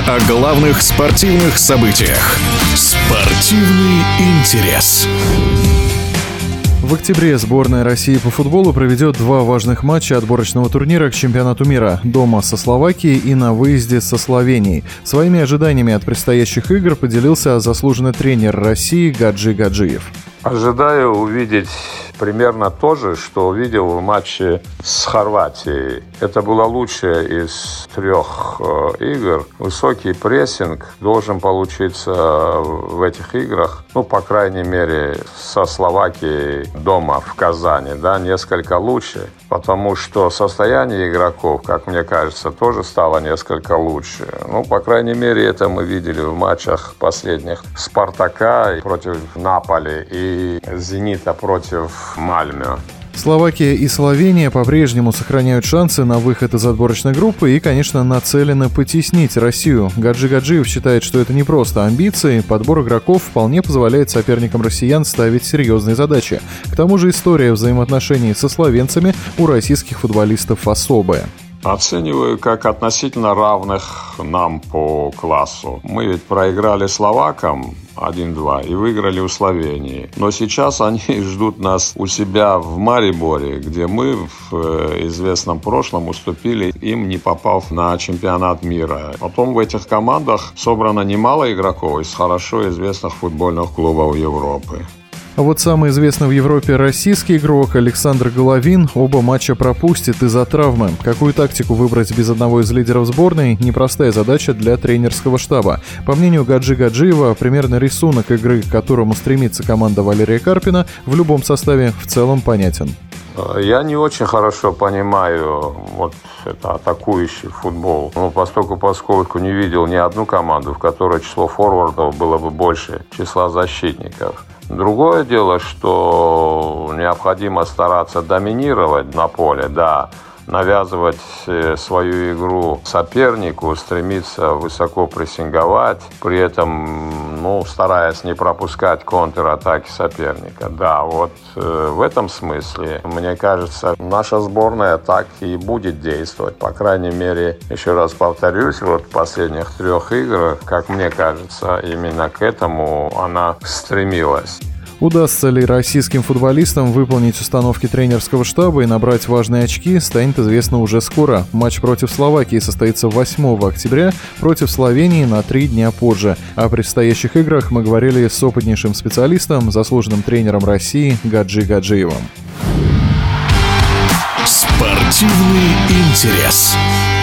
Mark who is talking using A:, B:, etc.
A: о главных спортивных событиях. Спортивный интерес.
B: В октябре сборная России по футболу проведет два важных матча отборочного турнира к чемпионату мира. Дома со Словакией и на выезде со Словенией. Своими ожиданиями от предстоящих игр поделился заслуженный тренер России Гаджи Гаджиев.
C: Ожидаю увидеть примерно то же, что увидел в матче с Хорватией. Это было лучшее из трех игр. Высокий прессинг должен получиться в этих играх, по крайней мере, со Словакией дома в Казани, несколько лучше. Потому что состояние игроков, как мне кажется, тоже стало несколько лучше. По крайней мере, это мы видели в матчах последних Спартака против Наполи и Зенита против Мальме.
B: Словакия и Словения по-прежнему сохраняют шансы на выход из отборочной группы и, конечно, нацелены потеснить Россию. Гаджи Гаджиев считает, что это не просто амбиции. Подбор игроков вполне позволяет соперникам россиян ставить серьезные задачи. К тому же история взаимоотношений со словенцами у российских футболистов особая.
C: Оцениваю как относительно равных нам по классу. Мы ведь проиграли словакам 1-2 и выиграли у Словении. Но сейчас они ждут нас у себя в Мариборе, где мы в известном прошлом уступили им, не попав на чемпионат мира. Потом в этих командах собрано немало игроков из хорошо известных футбольных клубов Европы.
B: А вот самый известный в Европе российский игрок Александр Головин оба матча пропустит из-за травмы. Какую тактику выбрать без одного из лидеров сборной – непростая задача для тренерского штаба. По мнению Гаджи Гаджиева, примерный рисунок игры, к которому стремится команда Валерия Карпина, в любом составе в целом понятен.
C: Я не очень хорошо понимаю это атакующий футбол. Поскольку не видел ни одну команду, в которой число форвардов было бы больше числа защитников. Другое дело, что необходимо стараться доминировать на поле, навязывать свою игру сопернику, стремиться высоко прессинговать, при этом, стараясь не пропускать контратаки соперника. В этом смысле, мне кажется, наша сборная так и будет действовать. По крайней мере, еще раз повторюсь, в последних трех играх, как мне кажется, именно к этому она стремилась.
B: Удастся ли российским футболистам выполнить установки тренерского штаба и набрать важные очки, станет известно уже скоро. Матч против Словакии состоится 8 октября, против Словении на 3 дня позже. О предстоящих играх мы говорили с опытнейшим специалистом, заслуженным тренером России Гаджи Гаджиевым.
A: Спортивный интерес.